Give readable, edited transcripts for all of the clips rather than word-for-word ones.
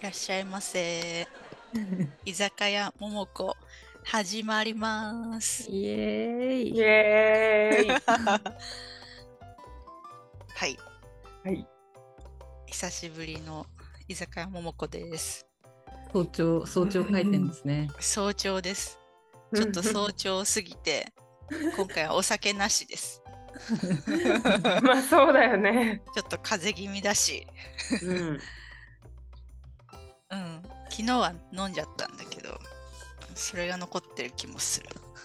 らっしゃいませ。居酒屋ももこ始まります。 イエーイ。 イエーイ。 はい、 はい。 久しぶりの居酒屋ももこです。 早朝開店ですね。 早朝です。ちょっと早朝すぎて今回はお酒なしです。 まあそうだよね。 ちょっと風邪気味だし、 うん昨日は飲んじゃったんだけど、それが残ってる気もする。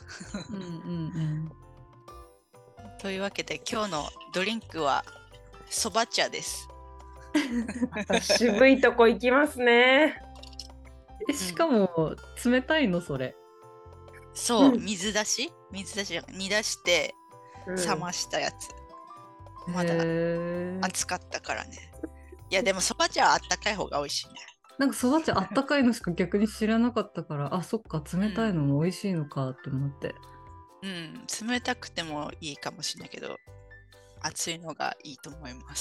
というわけで今日のドリンクはそば茶です。 渋いとこ行きますね。 しかも冷たいのそれ。 そう、 うん水出し煮出して冷ましたやつ。まだ暑かったからね。いやでもそば茶はあったかい方が美味しいね。 なんかそば茶あったかいのしか逆に知らなかったから、あ、そっか、冷たいのも美味しいのかって思って。 冷たくてもいいかもしれないけど、熱いのがいいと思います。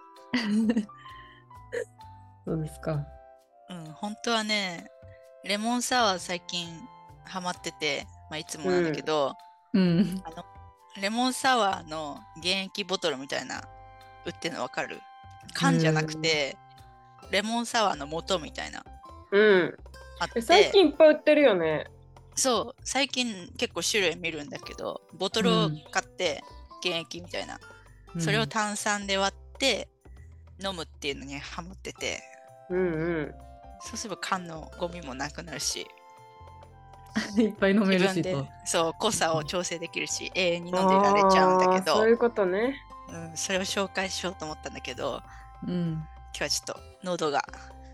そうですか。 本当はね、レモンサワー最近ハマってて、いつもなんだけど、レモンサワーの原液ボトルみたいな売ってるの分かる？缶じゃなくて、レモンサワーの素みたいな。あって、 最近いっぱい売ってるよね。 そう、最近結構種類見るんだけど、ボトルを買って原液みたいな、それを炭酸で割って飲むっていうのにハマってて、そうすれば缶のゴミもなくなるし、 いっぱい飲めるしと。 そう、濃さを調整できるし、永遠に飲んでられちゃうんだけど、 そういうことね。 それを紹介しようと思ったんだけど、今日はちょっと喉が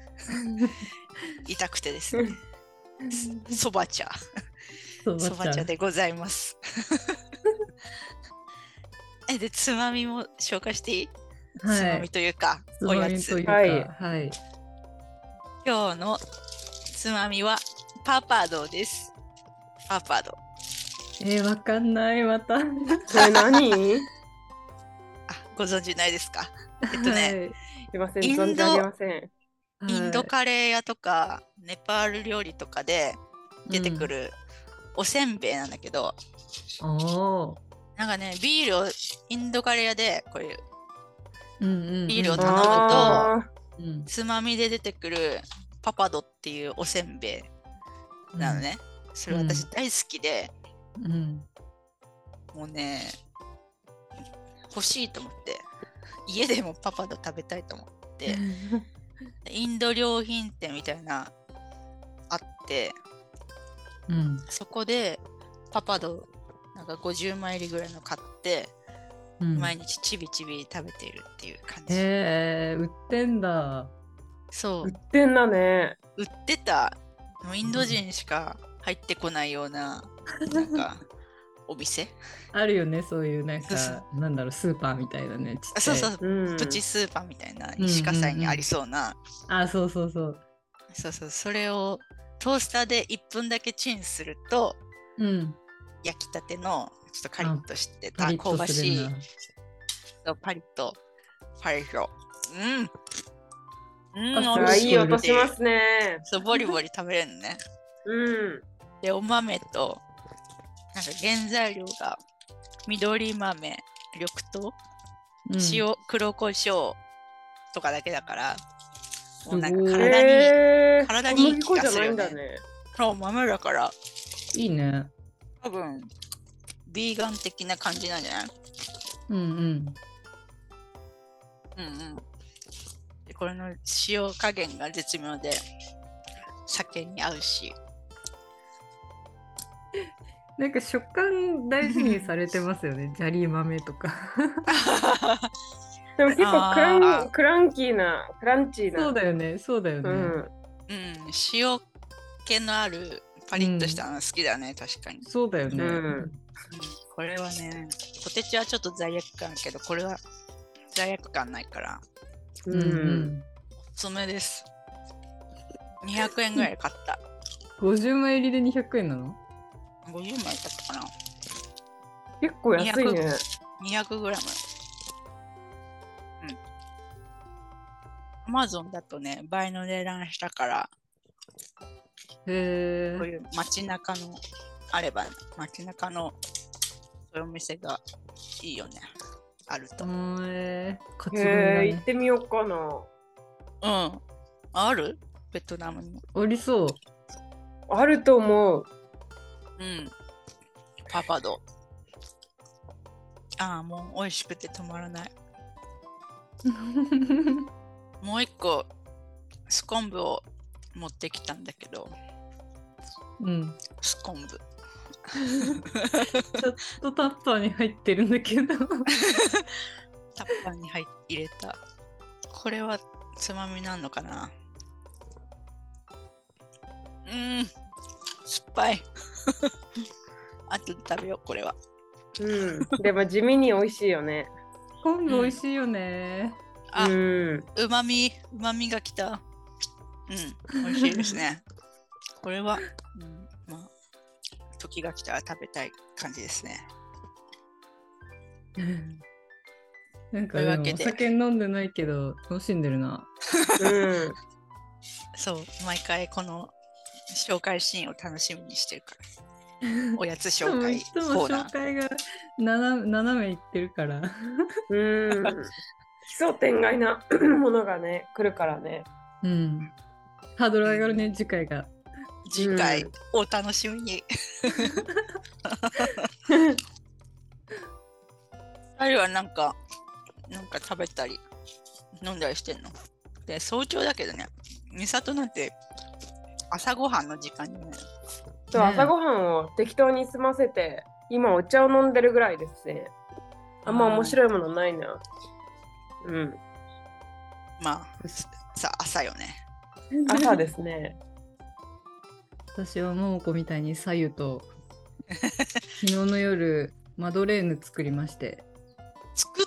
痛くてですね、そば茶でございます。で、つまみも紹介していい？つまみというか、おやつ。 はい。 今日のつまみはパパドです。パパド。 わかんない、また。 それ何？ ご存知ないですか？ すいません、存じ上げません。 インドカレー屋とかネパール料理とかで出てくるおせんべいなんだけど、なんかね、ビールをインドカレー屋でこういうビールを頼むとつまみで出てくるパパドっていうおせんべいなのね。それ私大好きで、もうね、欲しいと思って家でもパパド食べたいと思ってインド良品店みたいなあって、そこでパパドなんか50枚入りぐらいの買って、毎日ちびちび食べているっていう感じ。 売ってんだ。 そう。 売ってんだね。 売ってた。インド人しか入ってこないような、なんかお店あるよね、そういうなんかなんだろう、スーパーみたいなね。 そうそう、プチスーパーみたいな西葛西にありそうな。 そうそうそれをトースターで1分だけチンすると、焼きたてのちょっとカリッとしてた香ばしいパリッといい音しますね。 そう、ボリボリ食べれるのね。で、お豆となんか原材料が緑豆、緑豆、塩、黒胡椒とかだけだから、もうなんか体にいい気がするよね。そう、豆だからいいね。 多分ビーガン的な感じなんじゃない？でこれの塩加減が絶妙で酒に合うし、 なんか食感大事にされてますよね。ジャリ豆とかでも結構クランチーな。 そうだよね。 塩気のあるパリッとしたの好きだね、確かに。 そうだよね。 これはね、ポテチはちょっと罪悪感あるけど、これは罪悪感ないからおすすめです。200円ぐらい買った。 50枚入りで200円なの ？50枚だったかな。 結構安いね。 200グラム。 Amazon だとね、倍の値段したから、 へえ。 こういう街中のあれば、街中のそういうお店がいいよね。あると。 勝ち組だへえ、行ねっ。てみようかな。 うん。あるベトナムにも。 ありそう。 あると思う。 うん。パパド。ああ、もう美味しくて止まらない。もう一個、スコンブを持ってきたんだけど、 うん。 スコンブ。 ちょっとタッパーに入ってるんだけど。 タッパーに入れた。これはつまみなんのかな。酸っぱい。あとで食べよう、これは。 うん。でも地味に美味しいよね。 昆布美味しいよね。 あ、 うん。 うまみがきた。美味しいですね。これは、まあ、時が来たら食べたい感じですね。 なんかでもお酒飲んでないけど楽しんでるな。 うん。 そう、毎回この紹介シーンを楽しみにしてるから。おやつ紹介いつも紹介が斜めいってるから。 うん。奇想天外なものがね、来るからね。 うん。ハードル上がるね、次回が。 次回、お楽しみに。2人はなんか食べたり飲んだりしてんので、早朝だけどね、美里なんて朝ごはんの時間にね。 そう、朝ごはんを適当に済ませて、今お茶を飲んでるぐらいですね。あんま面白いものないな。うん。 まあ、さ朝よね。 朝ですね。 私は桃子みたいに左右と昨日の夜マドレーヌ作りまして。 作った？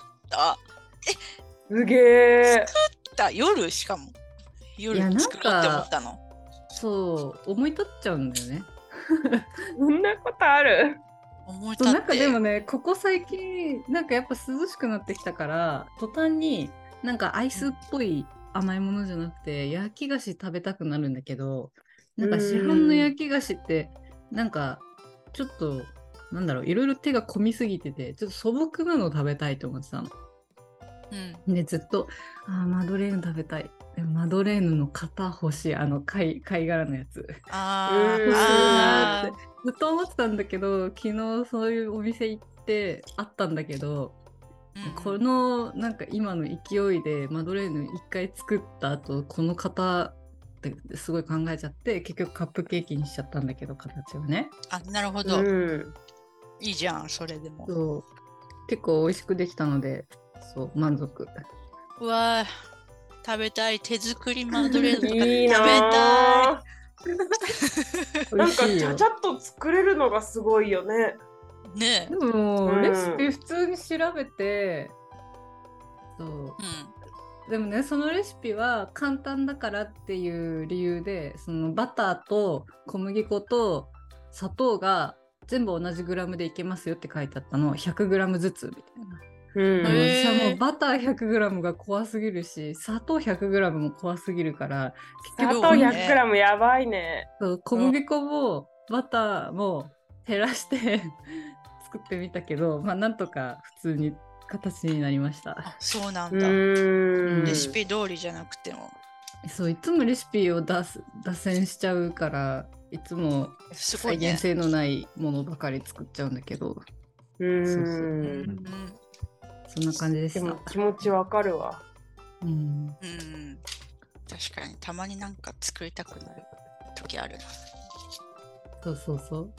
すげえ。 作った夜しかも。夜作ろうって思ったの。 そう思い立っちゃうんだよね。 そんなことある？ 思い立って。 なんかでもね、ここ最近なんかやっぱ涼しくなってきたから途端になんかアイスっぽい甘いものじゃなくて焼き菓子食べたくなるんだけど、なんか市販の焼き菓子ってなんかちょっとなんだろう、いろいろ手が込みすぎててちょっと素朴なの食べたいと思ってたの。でずっとマドレーヌ食べたい。でもマドレーヌの型欲しい、貝殻のやつ。欲しいなってずっと思ってたんだけど、昨日そういうお店行ってあったんだけど、このなんか今の勢いでマドレーヌ一回作った後この型ってすごい考えちゃって、結局カップケーキにしちゃったんだけど、形をね。 あ、なるほど。いいじゃん、それでも。 そう結構美味しくできたので、そう満足。 うわー、食べたい。手作りマドレーヌとかいい食べたい。なんかちゃちゃっと作れるのがすごいよね。 ねえ。 でも、レシピ普通に調べて、そう、でもね、そのレシピは簡単だからっていう理由で、そのバターと小麦粉と砂糖が全部同じグラムでいけますよって書いてあったの、100グラムずつみたいな。私はもうバター 100g が怖すぎるし、砂糖 100g も怖すぎるから、 砂糖 100g やばいね。 そう小麦粉もバターも減らして作ってみたけど、まあなんとか普通に形になりました。 あ、そうなんだ。レシピ通りじゃなくても。 そう、いつもレシピを脱線しちゃうから、いつも再現性のないものばかり作っちゃうんだけど。そんな感じでした。 でも気持ちわかるわ。 確かにたまになんか作りたくなる時あるな。 そう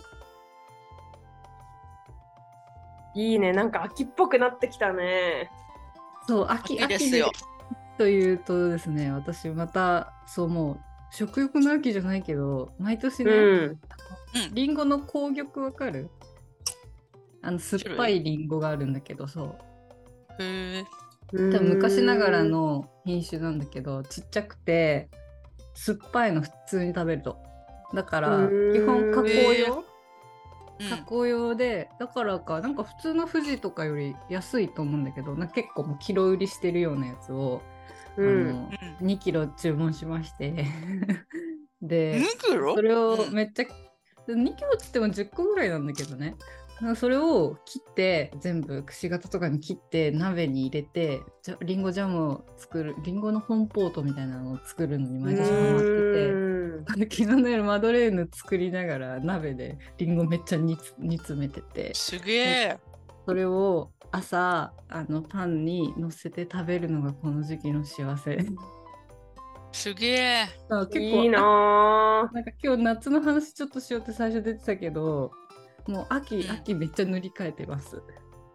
いいね、なんか秋っぽくなってきたね。 そう、秋ですよ。というとですね、私またそう、もう食欲の秋じゃないけど、毎年ね、リンゴの紅玉わかる？酸っぱいリンゴがあるんだけど、そう。多分昔ながらの品種なんだけど、ちっちゃくて酸っぱいの普通に食べると。だから基本加工用で、だからかなんか普通の富士とかより安いと思うんだけど、結構もうキロ売りしてるようなやつを 2キロ注文しましてで 2キロそれをめっちゃ、2キロっつっても10個ぐらいなんだけどね、それを切って全部くし形とかに切って鍋に入れてリンゴジャムを作る、リンゴのコンポートみたいなのを作るのに毎年ハマってて、昨日の夜マドレーヌ作りながら鍋でリンゴめっちゃ煮詰めてて、 すげえ。 それを朝パンに乗せて食べるのがこの時期の幸せ。 すげえ。 結構いいななんか今日夏の話ちょっとしようって最初出てたけど、もう秋めっちゃ塗り替えてます。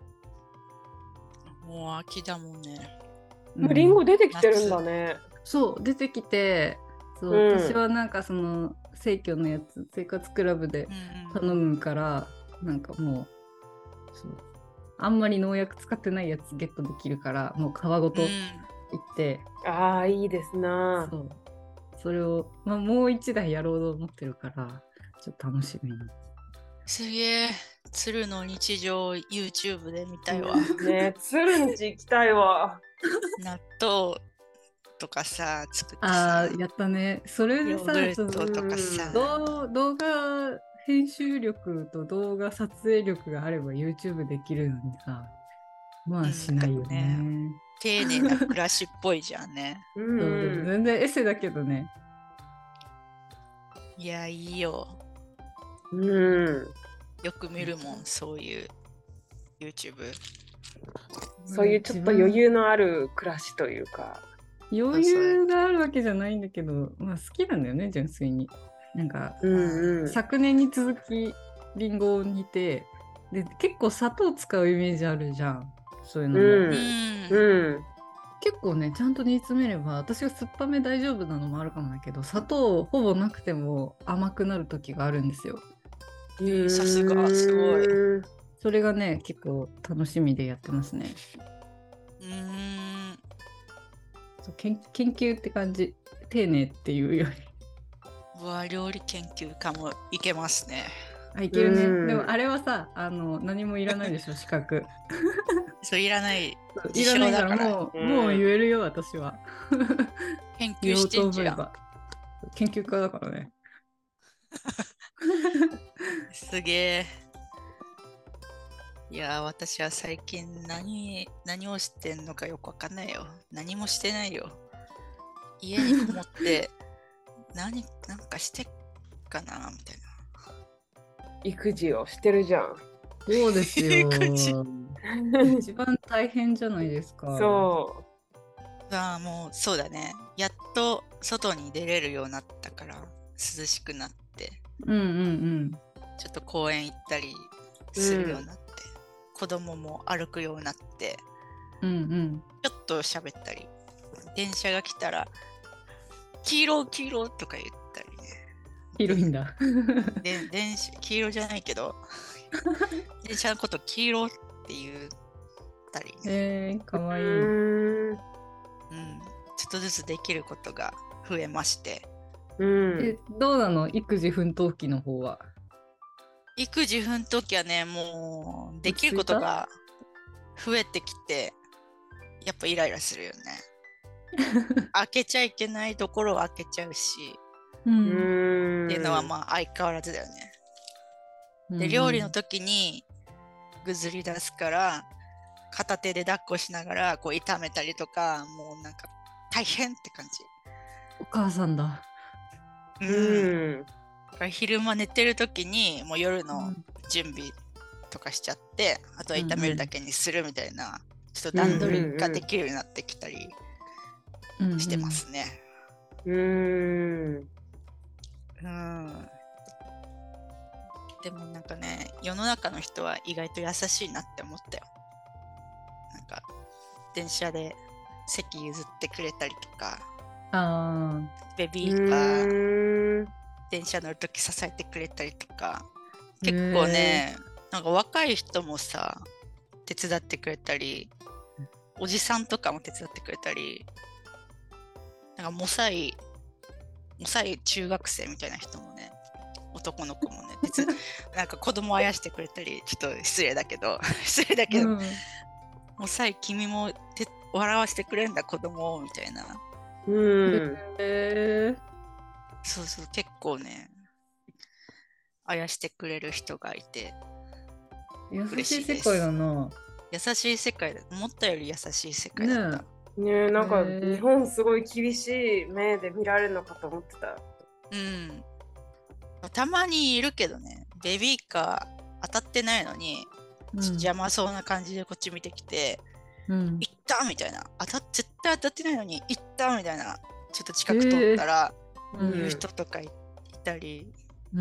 もう秋だもんね。 もうリンゴ出てきてるんだね。 そう出てきて、そう、私はなんかその生協のやつ生活クラブで頼むから、なんかもうそうあんまり農薬使ってないやつゲットできるから、もう皮ごといって、 ああいいですな。 そうそれを、もう一台やろうと思ってるから、ちょっと楽しみに。 すげえ。鶴の日常 YouTube で見たいわ。 ね、鶴んち行きたいわ。 納豆とかさ作ってさ、やったね。それでさ、 とかさ、 動画編集力と動画撮影力があれば YouTube できるのにさ、まあしないよね。 丁寧な暮らしっぽいじゃんね。 でも全然エセだけどね。 いや、いいよ。よく見るもん、そういう YouTube。 そういうちょっと余裕のある暮らしというか。 余裕があるわけじゃないんだけど、好きなんだよね、純粋に。なんか、昨年に続きリンゴを煮て、で結構砂糖使うイメージあるじゃん、そういうのも。結構ね、ちゃんと煮詰めれば、私が酸っぱめ大丈夫なのもあるかもだけど、砂糖ほぼなくても甘くなる時があるんですよ。 さすが、すごい。 それがね、結構楽しみでやってますね。研究って感じ。丁寧っていうより。 料理研究家もいけますね。 いけるね。でもあれはさ、何もいらないでしょ、資格。 そう、いらない。 いらないからもう言えるよ、私は。 研究してんじゃん。 研究家だからね。 すげえ。いや、私は最近何をしてんのかよくわかんないよ。何もしてないよ。家にこもってなんかしてっかなみたいな。 育児をしてるじゃん。 そうですよ。一番大変じゃないですか。 そう。 もうそうだね。やっと外に出れるようになったから涼しくなって、ちょっと公園行ったりするようになって、子供も歩くようになって、ちょっと喋ったり、電車が来たら黄色黄色とか言ったりね。 黄色いんだ。 黄色じゃないけど電車のこと黄色って言ったりね。 かわいい。 ちょっとずつできることが増えまして。 どうなの、育児奮闘期の方は。 育児奮闘期はね、もうできることが増えてきて、やっぱイライラするよね。開けちゃいけないところを開けちゃうし、っていうのは相変わらずだよね。で、料理の時にぐずり出すから片手で抱っこしながらこう炒めたりとか、もうなんか大変って感じ。 お母さんだ。 昼間寝てる時にもう夜の準備とかしちゃって、あとは炒めるだけにするみたいな、ちょっと段取りができるようになってきたりしてますね。でもなんかね、世の中の人は意外と優しいなって思ったよ。なんか電車で席譲ってくれたりとか、ベビーカー電車乗るとき支えてくれたりとか、結構ね、なんか若い人もさ手伝ってくれたり、おじさんとかも手伝ってくれたり、なんかもさい中学生みたいな人もね、男の子もね、なんか子供をあやしてくれたり、ちょっと失礼だけどもさい君も笑わせてくれんだ子供をみたいな。そうそう、結構ねあやしてくれる人がいて優しい世界だな。 優しい世界だ。思ったより優しい世界だった。 ねえ、なんか日本すごい厳しい目で見られるのかと思ってた。 うん。たまにいるけどね、ベビーカー当たってないのに、邪魔そうな感じでこっち見てきて、行ったみたいな。絶対当たってないのに行ったみたいな。ちょっと近く通ったら、言う人とかいたり、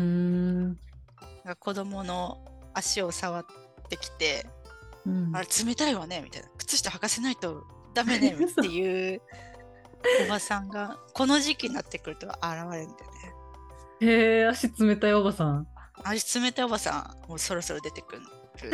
子供の足を触ってきて、あれ冷たいわねみたいな。靴下履かせないとダメねっていうおばさんがこの時期になってくると現れるんだよね。 へえ、足冷たいおばさん。 足冷たいおばさんもうそろそろ出てくる。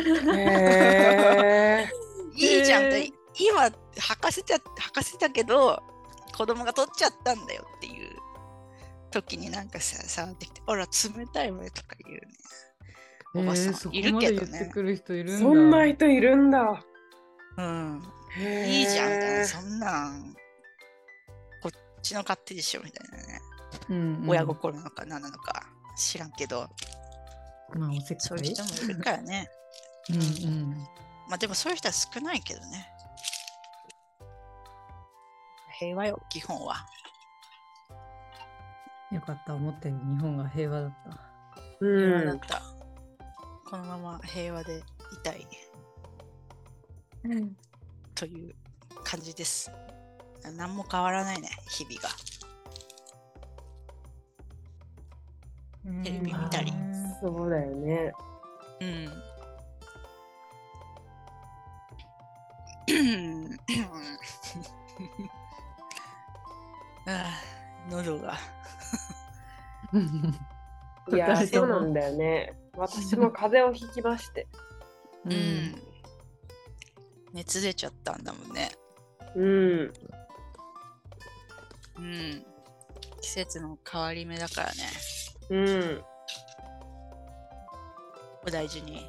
いいじゃんって、今履かせたけど子供が取っちゃったんだよっていう時になんかさ触ってきて、あら冷たいわよとか言うね。おばさんいるけどね。 そんな人いるんだ。 うん。いいじゃんみたいな。そんなんこっちの勝手でしょみたいなね。親心なのか何なのか知らんけど、 まあおせっかいそういう人もいるからね。まあでもそういう人は少ないけどね。平和よ基本は。 よかった、思ったより日本が平和だった。 平和だった。このまま平和でいたい、という感じです。何も変わらないね、日々が。テレビ見たり。 そうだよね。 喉がいや、そうなんだよね。私も風邪をひきまして。 熱出ちゃったんだもんね。季節の変わり目だからね。お大事に。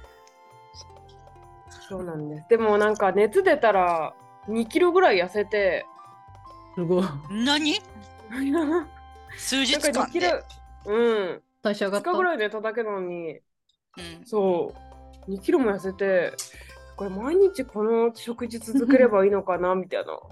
そうなんです。でもなんか熱出たら2キロぐらい痩せて。 すごい。 何数日間で。 代謝上がった。 2日ぐらいでただけなのに、そう2キロも痩せて、これ毎日この食事続ければいいのかなみたいな。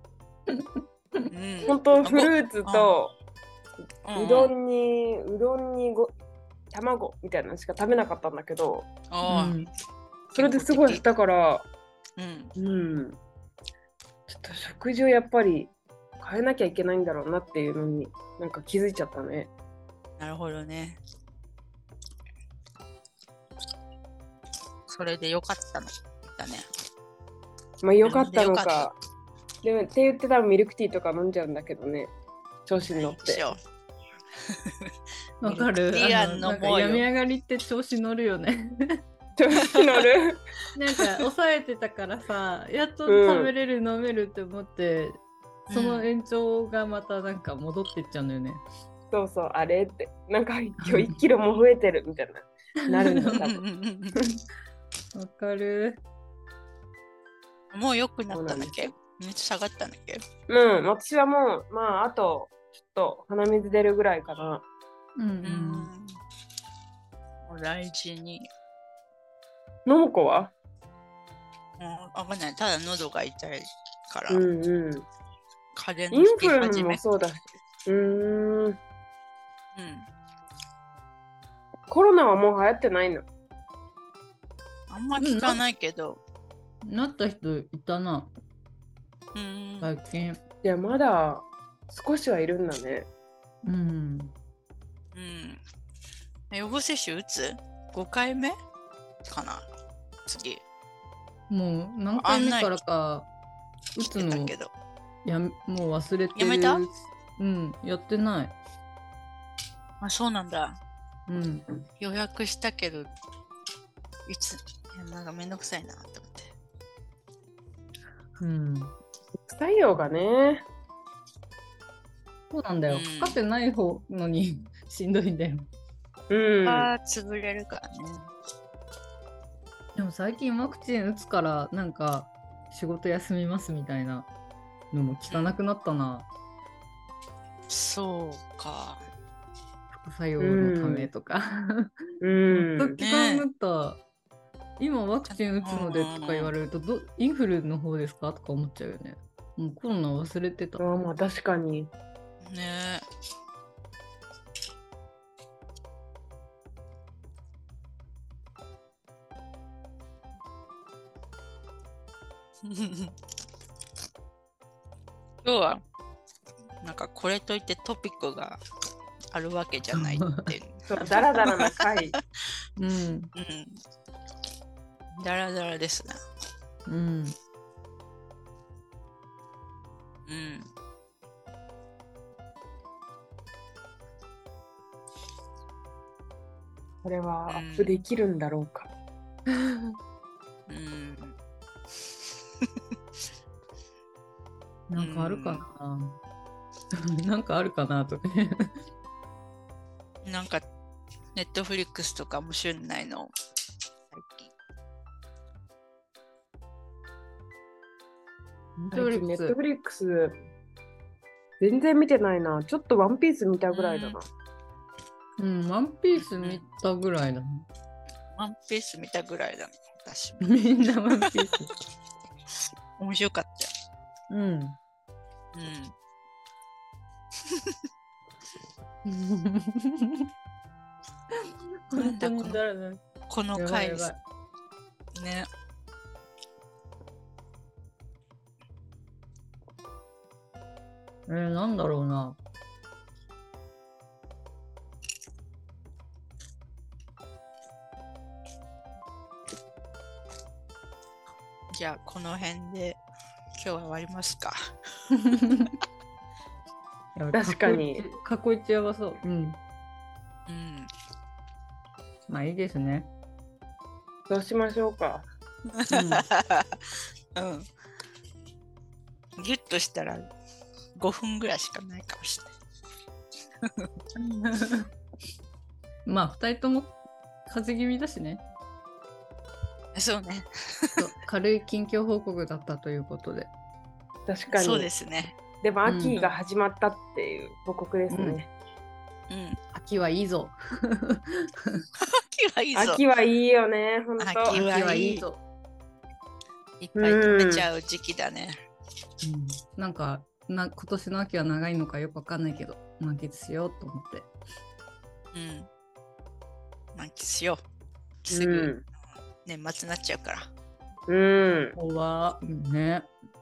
本当フルーツとうどんに卵みたいなのしか食べなかったんだけど、それですごい減ったから、ちょっと食事をやっぱり変えなきゃいけないんだろうなっていうのになんか気づいちゃったね。 なるほどね。それでよかったのだね。 まあよかったのか。でもって言ってたらミルクティーとか飲んじゃうんだけどね。調子に乗って。 わかる。病み上がりって調子乗るよね。 調子乗る。 なんか抑えてたからさ、やっと食べれる、飲めるって思って、その延長がまたなんか戻ってっちゃうんだよね。 そうそう、あれってなんか今日1キロも増えてるみたいななるんだ多分。 わかる。 もう良くなったんだっけ？熱下がったんだっけ？ 私はもうまああとちょっと鼻水出るぐらいかな。 お大事に。 のもこは？ わかんない。ただ喉が痛いから。風邪インフルもそうだ。コロナはもう流行ってないの？ あんま聞かないけど。 なった人いたな。最近。 いや、まだ少しはいるんだね。 予防接種打つ ?5 回目かな次。 もう何回目からか打つのもう忘れてる。 やめた？ やってない。 あ、そうなんだ。予約したけど、いつなんかめんどくさいなと思って。 副作用がね。 そうなんだよ。かかってない方のにしんどいんだよ。 潰れるからね。 でも最近ワクチン打つからなんか仕事休みますみたいなのも聞かなくなったな。 そうか。 副作用のためとか。全く聞かなくなった。今ワクチン打つのでとか言われると、インフルの方ですかとか思っちゃうよね。もうコロナ忘れてた。 まあ確かに。 ね今日はなんかこれといってトピックがあるわけじゃないっていう。 そうダラダラな回。 うん。 ダラダラですね。 うん。 これはアップできるんだろうか。 なんかあるかな。なんかあるかなとか。 なんかネットフリックスとかもしゅんないの最近。 ネットフリックス全然見てないな。ちょっとワンピース見たぐらいだな。 ワンピース見たぐらいだ。 ワンピース見たぐらいだ。私も。 みんなワンピース。面白かったよ。 本当に誰だ。 この回ですね。 なんだろうな。 じゃあこの辺で今日は終わりますか。 確かに。 過去一やばそう。まあいいですね。 そうしましょうか。 ギュッとしたら5分ぐらいしかないかもしれない。 まあ2人とも風邪気味だしね。 そうね。 軽い近況報告だったということで。 確かに。 そうですね。 でも秋が始まったっていう報告ですね。 秋はいいぞ。 秋はいいぞ。 秋はいいよね。本当。 秋はいいぞ。 いっぱい食べちゃう時期だね。 なんか今年の秋は長いのかよくわかんないけど満喫しようと思って。 満喫しよう。すぐ年末になっちゃうから。 ね。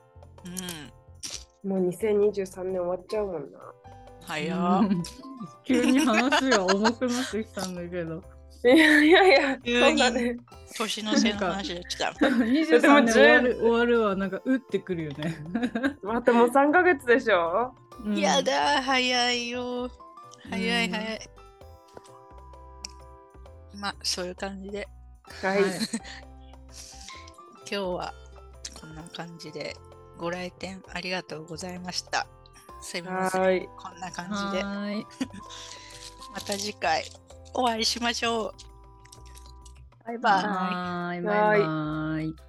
もう2023年終わっちゃうもんな。 早っ。 急に話が重くなってきたんだけど。 いや、 急に年の瀬の話で来た。 23年終わるはなんか打ってくるよね。 あともう3ヶ月でしょ。 やだ、早いよ。早い。まあそういう感じで。 はい。 今日はこんな感じでご来店ありがとうございました。すみません。こんな感じで。また次回お会いしましょう。バイバイ。 バイバイ。